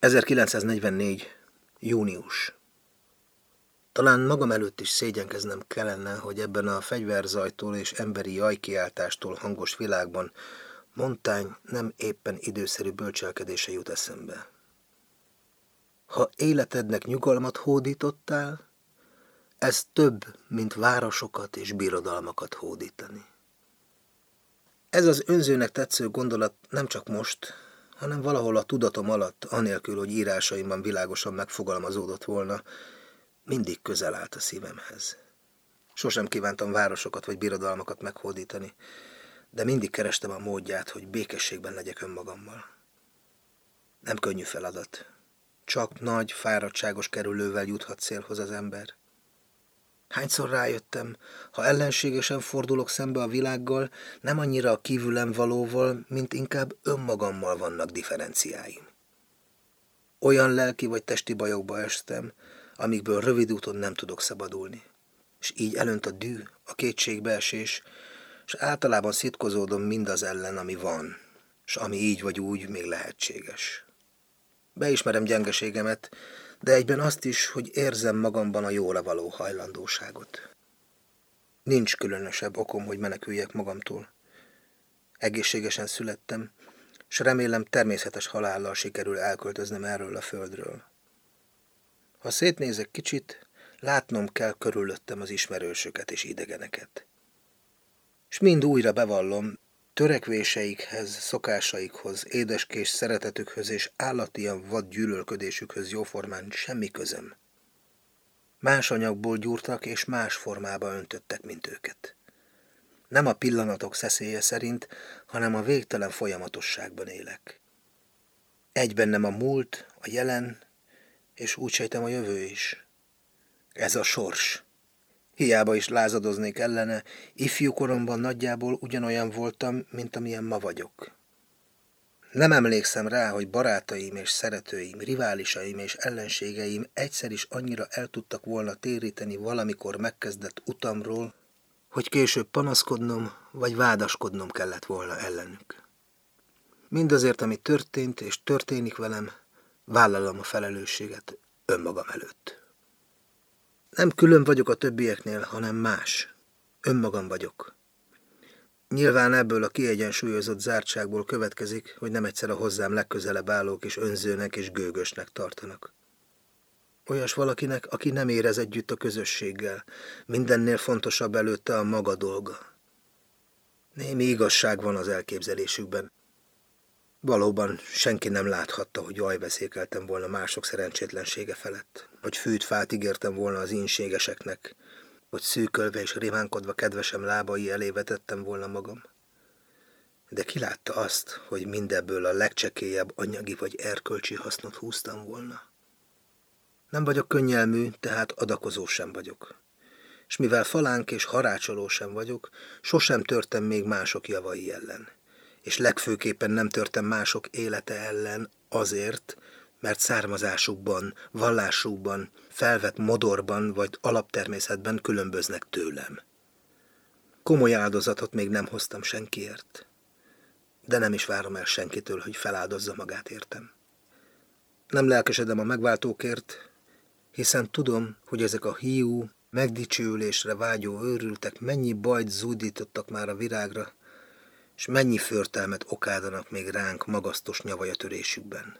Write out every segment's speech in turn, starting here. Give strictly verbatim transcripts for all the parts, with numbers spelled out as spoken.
ezerkilencszáznegyvennégy. június. Talán magam előtt is szégyenkeznem kellene, hogy ebben a fegyverzajtól és emberi jajkiáltástól hangos világban Montaigne nem éppen időszerű bölcselkedése jut eszembe. Ha életednek nyugalmat hódítottál, ez több, mint városokat és birodalmakat hódítani. Ez az önzőnek tetsző gondolat nem csak most, hanem valahol a tudatom alatt, anélkül, hogy írásaimban világosan megfogalmazódott volna, mindig közel állt a szívemhez. Sosem kívántam városokat vagy birodalmakat meghódítani, de mindig kerestem a módját, hogy békességben legyek önmagammal. Nem könnyű feladat. Csak nagy, fáradtságos kerülővel juthat célhoz az ember. Hányszor rájöttem, ha ellenségesen fordulok szembe a világgal, nem annyira a kívülem valóval, mint inkább önmagammal vannak differenciáim. Olyan lelki vagy testi bajokba estem, amikből rövid úton nem tudok szabadulni. És így elönt a dű, a kétségbeesés, és általában szitkozódom mindaz ellen, ami van, és ami így vagy úgy még lehetséges. Beismerem gyengeségemet, de egyben azt is, hogy érzem magamban a jóra való hajlandóságot. Nincs különösebb okom, hogy meneküljek magamtól. Egészségesen születtem, és remélem természetes halállal sikerül elköltöznem erről a földről. Ha szétnézek kicsit, látnom kell körülöttem az ismerősöket és idegeneket. És mind újra bevallom, törekvéseikhez, szokásaikhoz, édeskés szeretetükhöz és állatian vad gyűlölködésükhöz jóformán semmi közöm. Más anyagból gyúrtak és más formába öntöttek, mint őket. Nem a pillanatok szeszélye szerint, hanem a végtelen folyamatosságban élek. Egy bennem a múlt, a jelen, és úgy sejtem a jövő is. Ez a sors. Hiába is lázadoznék ellene, ifjú koromban nagyjából ugyanolyan voltam, mint amilyen ma vagyok. Nem emlékszem rá, hogy barátaim és szeretőim, riválisaim és ellenségeim egyszer is annyira el tudtak volna téríteni valamikor megkezdett utamról, hogy később panaszkodnom vagy vádaskodnom kellett volna ellenük. Mindazért, ami történt és történik velem, vállalom a felelősséget önmagam előtt. Nem külön vagyok a többieknél, hanem más. Önmagam vagyok. Nyilván ebből a kiegyensúlyozott zártságból következik, hogy nem egyszer a hozzám legközelebb állók és önzőnek és gőgösnek tartanak. Olyas valakinek, aki nem érez együtt a közösséggel, mindennél fontosabb előtte a maga dolga. Némi igazság van az elképzelésükben. Valóban senki nem láthatta, hogy jajveszékeltem volna mások szerencsétlensége felett, hogy fűt fát ígértem volna az ínségeseknek, hogy szűkölve és rimánkodva kedvesem lábai elé vetettem volna magam. De ki látta azt, hogy mindebből a legcsekélyebb anyagi vagy erkölcsi hasznot húztam volna? Nem vagyok könnyelmű, tehát adakozó sem vagyok. És mivel falánk és harácsoló sem vagyok, sosem törtem még mások javai ellen. És legfőképpen nem törtem mások élete ellen azért, mert származásukban, vallásukban, felvett modorban vagy alaptermészetben különböznek tőlem. Komoly áldozatot még nem hoztam senkiért, de nem is várom el senkitől, hogy feláldozza magát értem. Nem lelkesedem a megváltókért, hiszen tudom, hogy ezek a hiú, megdicsőülésre vágyó őrültek mennyi bajt zúdítottak már a virágra, és mennyi förtelmet okádanak még ránk magasztos nyavajatörésükben.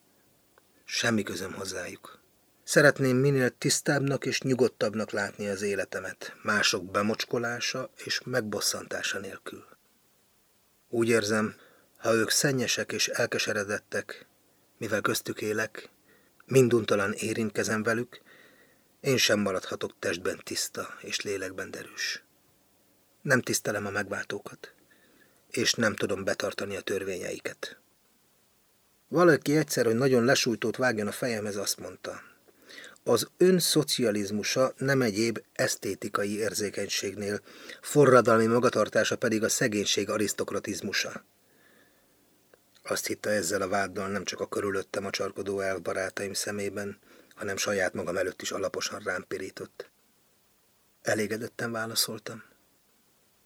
Semmi közöm hozzájuk. Szeretném minél tisztábbnak és nyugodtabbnak látni az életemet, mások bemocskolása és megbosszantása nélkül. Úgy érzem, ha ők szennyesek és elkeseredettek, mivel köztük élek, minduntalan érintkezem velük, én sem maradhatok testben tiszta és lélekben derűs. Nem tisztelem a megváltókat, és nem tudom betartani a törvényeiket. Valaki egyszer, hogy nagyon lesújtót vágjon a fejemhez, azt mondta: az önszocializmusa nem egyéb esztétikai érzékenységnél, forradalmi magatartása pedig a szegénység arisztokratizmusa. Azt hitte, ezzel a váddal nem csak a körülöttem acsarkodó elvbarátaim szemében, hanem saját magam előtt is alaposan rám pirított. Elégedetten válaszoltam.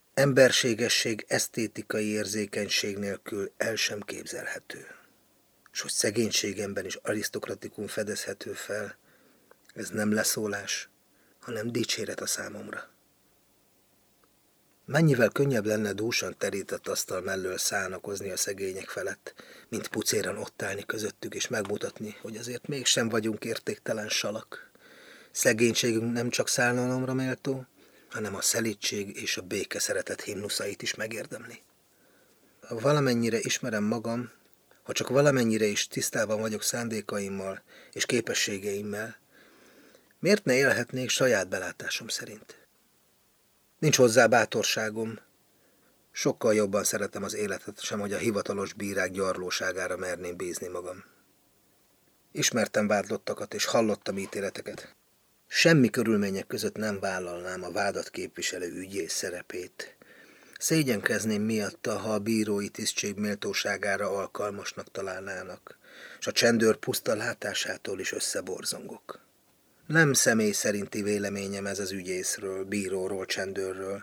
Emberségesség esztétikai érzékenység nélkül el sem képzelhető. s hogy szegénységemben is arisztokratikum fedezhető fel, ez nem leszólás, hanem dicséret a számomra. Mennyivel könnyebb lenne dúsan terített asztal mellől szánakozni a szegények felett, mint pucéran ott állni közöttük és megmutatni, hogy azért mégsem vagyunk értéktelen salak. Szegénységünk nem csak szállalomra méltó, hanem a szelídség és a béke szeretet himnuszait is megérdemli. Ha valamennyire ismerem magam, ha csak valamennyire is tisztában vagyok szándékaimmal és képességeimmel, miért ne élhetnék saját belátásom szerint? Nincs hozzá bátorságom. Sokkal jobban szeretem az életet, sem hogy a hivatalos bírák gyarlóságára merném bízni magam. Ismertem vádlottakat és hallottam ítéleteket. Semmi körülmények között nem vállalnám a vádat képviselő ügyész szerepét. Szégyenkezném miatta, ha a bírói tisztség méltóságára alkalmasnak találnának, s a csendőr puszta látásától is összeborzongok. Nem személy szerinti véleményem ez az ügyészről, bíróról, csendőrről,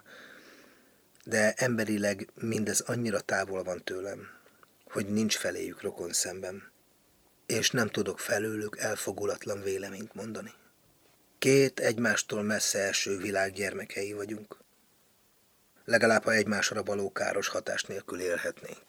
de emberileg mindez annyira távol van tőlem, hogy nincs feléjük rokon szemben, és nem tudok felőlük elfogulatlan véleményt mondani. Két egymástól messze eső világ gyermekei vagyunk. Legalább, ha egymásra való káros hatás nélkül élhetnénk.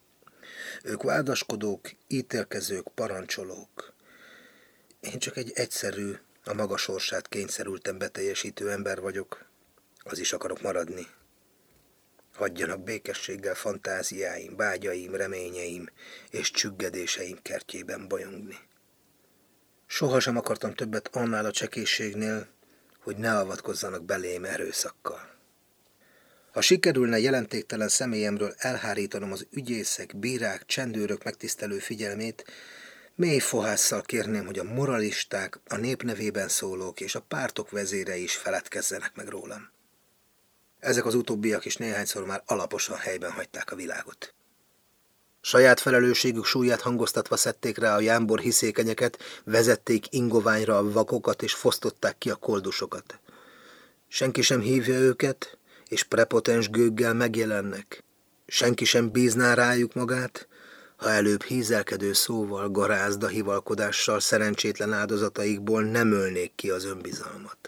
Ők vádaskodók, ítélkezők, parancsolók. Én csak egy egyszerű, a maga sorsát kényszerülten beteljesítő ember vagyok, az is akarok maradni. Hagyjanak békességgel fantáziáim, vágyaim, reményeim és csüggedéseim kertjében bolyongni. Sohasem akartam többet annál a csekészségnél, hogy ne avatkozzanak belém erőszakkal. Ha sikerülne jelentéktelen személyemről elhárítanom az ügyészek, bírák, csendőrök megtisztelő figyelmét, mély fohásszal kérném, hogy a moralisták, a nép nevében szólók és a pártok vezérei is feledkezzenek meg rólam. Ezek az utóbbiak is néhányszor már alaposan helyben hagyták a világot. Saját felelősségük súlyát hangoztatva szedték rá a jámbor hiszékenyeket, vezették ingoványra a vakokat és fosztották ki a koldusokat. Senki sem hívja őket, és prepotens gőggel megjelennek. Senki sem bízná rájuk magát, ha előbb hízelkedő szóval, garázda hivalkodással szerencsétlen áldozataikból nem ölnék ki az önbizalmat.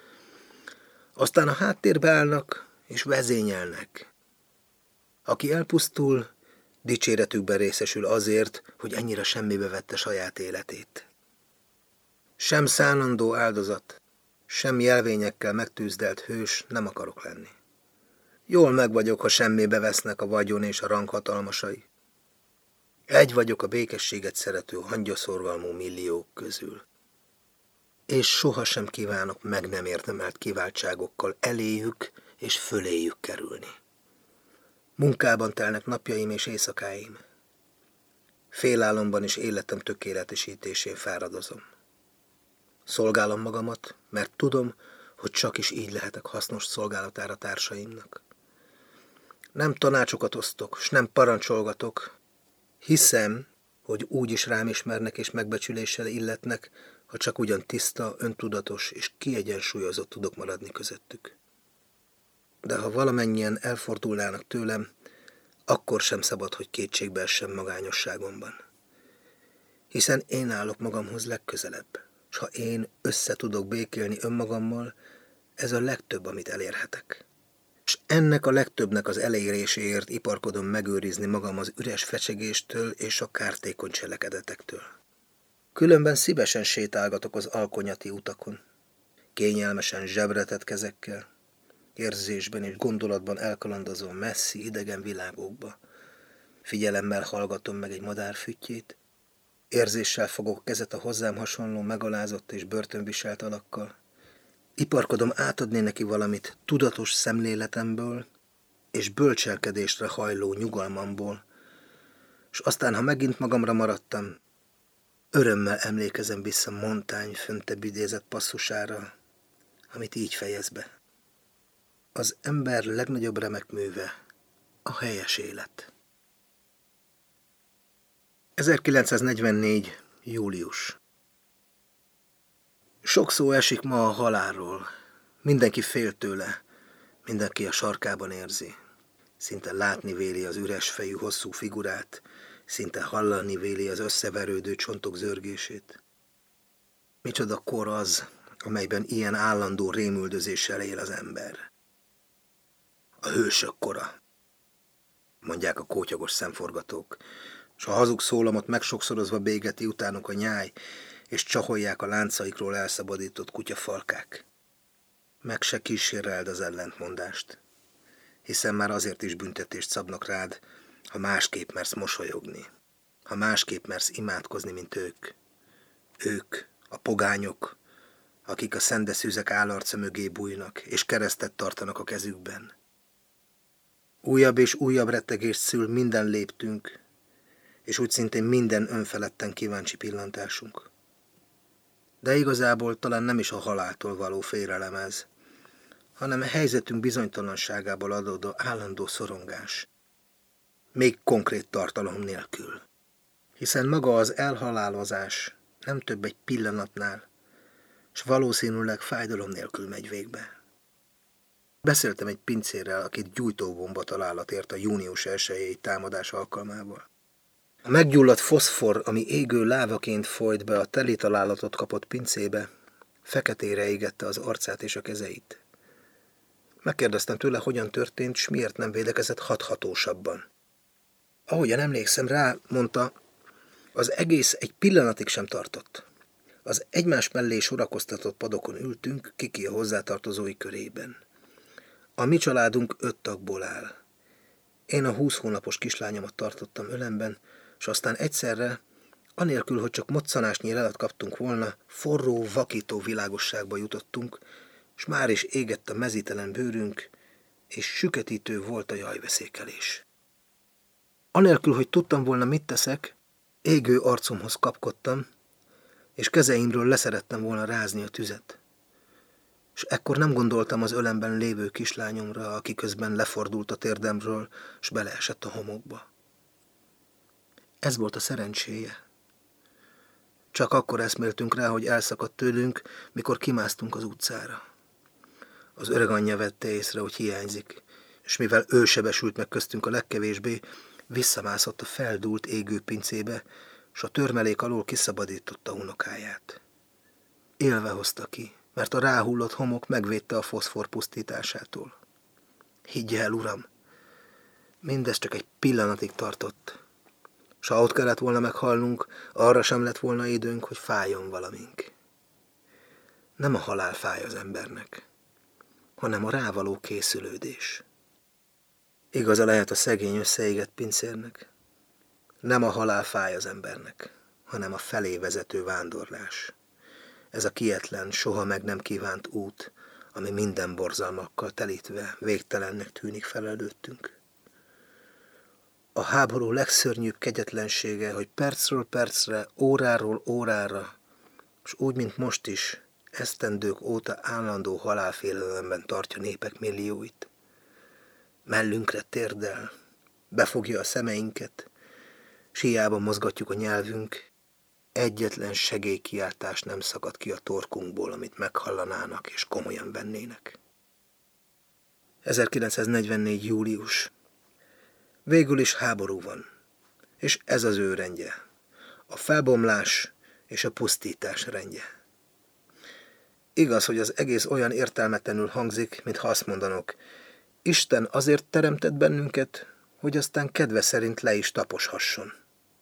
Aztán a háttérbe állnak és vezényelnek. Aki elpusztul, dicséretükben részesül azért, hogy ennyire semmibe vette saját életét. Sem szánandó áldozat, sem jelvényekkel megtűzdelt hős nem akarok lenni. Jól meg vagyok, ha semmibe vesznek a vagyon és a ranghatalmasai. Egy vagyok a békességet szerető hangyaszorgalmú milliók közül. És sohasem kívánok meg nem érdemelt kiváltságokkal eléjük és föléjük kerülni. Munkában telnek napjaim és éjszakáim. Félálomban is életem tökéletesítésén fáradozom. Szolgálom magamat, mert tudom, hogy csak is így lehetek hasznos szolgálatára társaimnak. Nem tanácsokat osztok, s nem parancsolgatok. Hiszem, hogy úgy is rám ismernek és megbecsüléssel illetnek, ha csak ugyan tiszta, öntudatos és kiegyensúlyozott tudok maradni közöttük. De ha valamennyien elfordulnának tőlem, akkor sem szabad, hogy kétségbe essem magányosságomban. Hiszen én állok magamhoz legközelebb, s ha én össze tudok békélni önmagammal, ez a legtöbb, amit elérhetek. És ennek a legtöbbnek az eléréséért iparkodom megőrizni magam az üres fecsegéstől és a kártékony cselekedetektől. Különben szívesen sétálgatok az alkonyati utakon, kényelmesen zsebretett kezekkel, érzésben és gondolatban elkalandozom messzi, idegen világokba. Figyelemmel hallgatom meg egy madár füttyét, érzéssel fogok kezet a hozzám hasonló megalázott és börtönviselt alakkal. Iparkodom átadni neki valamit tudatos szemléletemből és bölcselkedésre hajló nyugalmamból, és aztán, ha megint magamra maradtam, örömmel emlékezem vissza Montaigne föntebb idézett passzusára, amit így fejez be. Az ember legnagyobb remek műve a helyes élet. ezerkilencszáznegyvennégy. július. Sok szó esik ma a halálról. Mindenki fél tőle, mindenki a sarkában érzi. Szinte látni véli az üres fejű hosszú figurát, Szinte hallani véli az összeverődő csontok zörgését. Micsoda kor az, amelyben ilyen állandó rémüldözéssel él az ember. A hősök kora, mondják a kótyagos szemforgatók, s a hazug szólamot megsokszorozva bégeti utánuk a nyáj, és csaholják a láncaikról elszabadított kutyafalkák. Meg se kíséreld az ellentmondást, hiszen már azért is büntetést szabnak rád, ha másképp mersz mosolyogni, ha másképp mersz imádkozni, mint ők. Ők, a pogányok, akik a szendeszűzek állarca mögé bújnak, és keresztet tartanak a kezükben. Újabb és újabb rettegést szül minden léptünk, és úgy szintén minden önfeledten kíváncsi pillantásunk. De igazából talán nem is a haláltól való félelem ez, hanem a helyzetünk bizonytalanságából adódó állandó szorongás, még konkrét tartalom nélkül. Hiszen maga az elhalálozás nem több egy pillanatnál, s valószínűleg fájdalom nélkül megy végbe. Beszéltem egy pincérrel, akit gyújtóbomba találat ért a június elsejei támadás alkalmával. A meggyulladt foszfor, ami égő lávaként folyt be a teli találatot kapott pincébe, feketére égette az arcát és a kezeit. Megkérdeztem tőle, hogyan történt, s miért nem védekezett hathatósabban. Ahogyan emlékszem rá, mondta, az egész egy pillanatig sem tartott. Az egymás mellé sorakoztatott padokon ültünk, kiki a hozzátartozói körében. A mi családunk öt tagból áll. Én a húsz hónapos kislányomat tartottam ölemben, s aztán egyszerre, anélkül, hogy csak moccanásnyi lelet kaptunk volna, forró, vakító világosságba jutottunk, s már is égett a mezítelen bőrünk, és süketítő volt a jajveszékelés. Anélkül, hogy tudtam volna, mit teszek, égő arcomhoz kapkodtam, és kezeimről leszerettem volna rázni a tüzet. És ekkor nem gondoltam az ölemben lévő kislányomra, aki közben lefordult a térdemről, s beleesett a homokba. Ez volt a szerencséje. Csak akkor eszméltünk rá, hogy elszakadt tőlünk, mikor kimásztunk az utcára. Az öreg anyja vette észre, hogy hiányzik, és mivel ő sebesült meg köztünk a legkevésbé, visszamászott a feldúlt égő pincébe, s a törmelék alól kiszabadította unokáját. Élve hozta ki, mert a ráhullott homok megvédte a foszfor pusztításától. Higgye el, uram, mindez csak egy pillanatig tartott, s ha ott kellett volna meghalnunk, arra sem lett volna időnk, hogy fájjon valamink. Nem a halál fáj az embernek, hanem a rávaló készülődés. Igaza lehet a szegény összeégett pincérnek. Nem a halál fáj az embernek, hanem a felé vezető vándorlás. Ez a kietlen, soha meg nem kívánt út, ami minden borzalmakkal telítve végtelennek tűnik fel előttünk. A háború legszörnyűbb kegyetlensége, hogy percről percre, óráról órára, és úgy, mint most is, esztendők óta állandó halálfélelemben tartja népek millióit. Mellünkre térdel, befogja a szemeinket, s hiába mozgatjuk a nyelvünk, egyetlen segélykiáltás nem szakad ki a torkunkból, amit meghallanának és komolyan vennének. ezerkilencszáznegyvennégy. július. Végül is háború van, és ez az ő rendje, a felbomlás és a pusztítás rendje. Igaz, hogy az egész olyan értelmetlenül hangzik, mintha azt mondanok, Isten azért teremtett bennünket, hogy aztán kedve szerint le is taposhasson.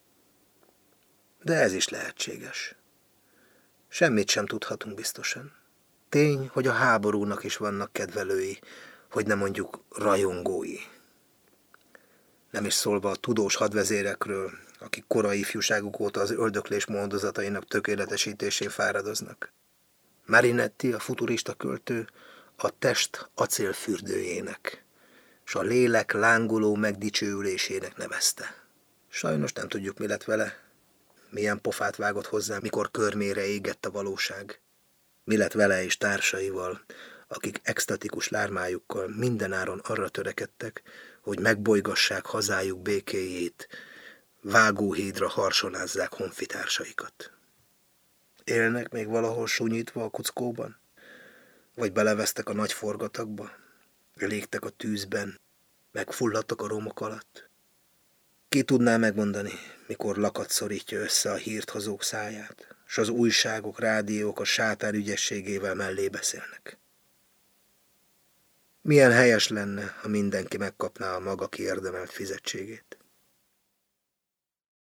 De ez is lehetséges. Semmit sem tudhatunk biztosan. Tény, hogy a háborúnak is vannak kedvelői, hogy nem mondjuk rajongói. Nem is szólva a tudós hadvezérekről, akik korai ifjúságuk óta az öldöklés módozatainak tökéletesítésén fáradoznak. Marinetti, a futurista költő, a test acélfürdőjének, s a lélek lángoló megdicsőülésének nevezte. Sajnos nem tudjuk, mi lett vele, milyen pofát vágott hozzá, mikor körmére égett a valóság. Mi lett vele és társaival, akik extatikus lármájukkal mindenáron arra törekedtek, hogy megbolygassák hazájuk békéjét, vágóhídra harsonázzák honfitársaikat. Élnek még valahol sunyítva a kuckóban? Vagy belevesztek a nagy forgatagba? Légtek a tűzben? Megfulladtak a romok alatt? Ki tudná megmondani, mikor lakat szorítja össze a hírthozók száját, s az újságok, rádiók a sátán ügyességével mellé beszélnek? Milyen helyes lenne, ha mindenki megkapná a maga kiérdemelt fizetségét?